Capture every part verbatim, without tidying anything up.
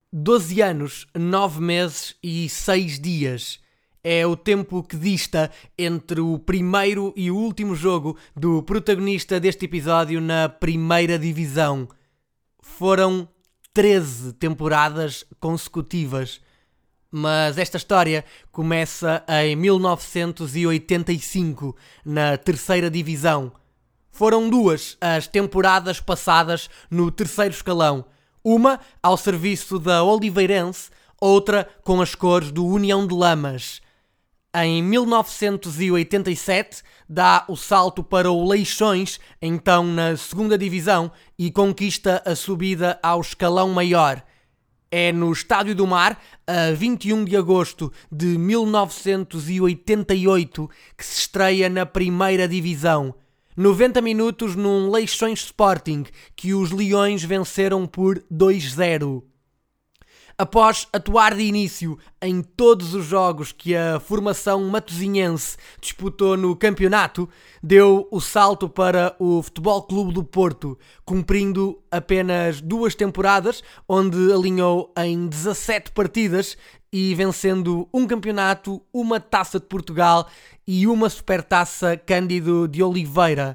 doze anos, nove meses e seis dias. É o tempo que dista entre o primeiro e o último jogo do protagonista deste episódio na primeira divisão. Foram treze temporadas consecutivas. Mas esta história começa em mil novecentos e oitenta e cinco, na terceira divisão. Foram duas as temporadas passadas no terceiro escalão. Uma ao serviço da Oliveirense, outra com as cores do União de Lamas. Em mil novecentos e oitenta e sete dá o salto para o Leixões, então na segunda divisão, e conquista a subida ao escalão maior. É no Estádio do Mar, a vinte e um de agosto de mil novecentos e oitenta e oito, que se estreia na primeira divisão. noventa minutos num Leixões Sporting, que os Leões venceram por dois zero. Após atuar de início em todos os jogos que a formação matosinhense disputou no campeonato, deu o salto para o Futebol Clube do Porto, cumprindo apenas duas temporadas, onde alinhou em dezassete partidas e vencendo um campeonato, uma Taça de Portugal e uma Supertaça Cândido de Oliveira.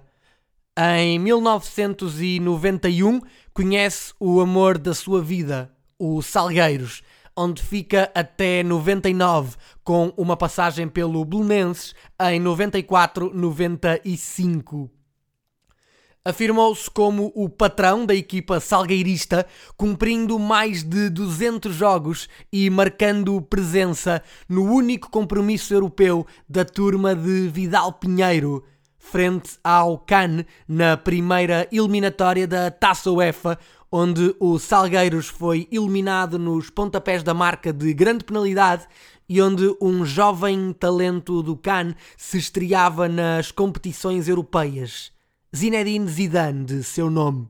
Em mil novecentos e noventa e um conhece o amor da sua vida, o Salgueiros, onde fica até noventa e nove, com uma passagem pelo Belenenses em noventa e quatro noventa e cinco. Afirmou-se como o patrão da equipa salgueirista, cumprindo mais de duzentos jogos e marcando presença no único compromisso europeu da turma de Vidal Pinheiro, frente ao Cannes na primeira eliminatória da Taça UEFA, onde o Salgueiros foi eliminado nos pontapés da marca de grande penalidade e onde um jovem talento do Cannes se estreava nas competições europeias. Zinedine Zidane, de seu nome.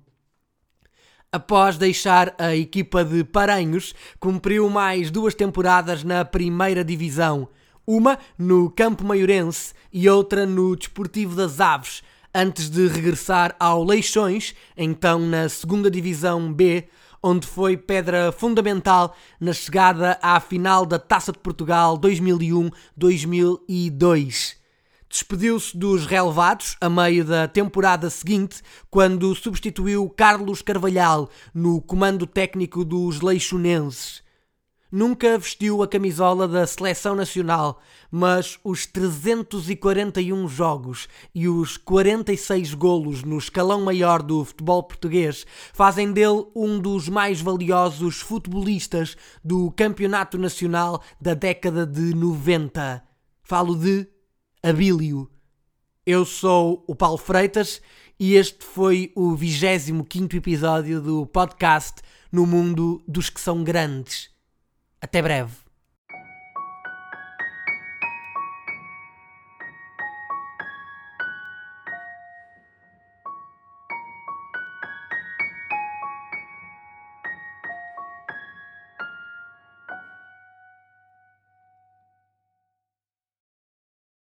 Após deixar a equipa de Paranhos, cumpriu mais duas temporadas na primeira divisão, uma no Campo Maiorense e outra no Desportivo das Aves, antes de regressar ao Leixões, então na segunda divisão B, onde foi pedra fundamental na chegada à final da Taça de Portugal dois mil e um dois mil e dois. Despediu-se dos relevados a meio da temporada seguinte, quando substituiu Carlos Carvalhal no comando técnico dos leixonenses. Nunca vestiu a camisola da seleção nacional, mas os trezentos e quarenta e um jogos e os quarenta e seis golos no escalão maior do futebol português fazem dele um dos mais valiosos futebolistas do campeonato nacional da década de noventa. Falo de Abílio. Eu sou o Paulo Freitas e este foi o vigésimo quinto episódio do podcast No Mundo dos que São Grandes. Até breve.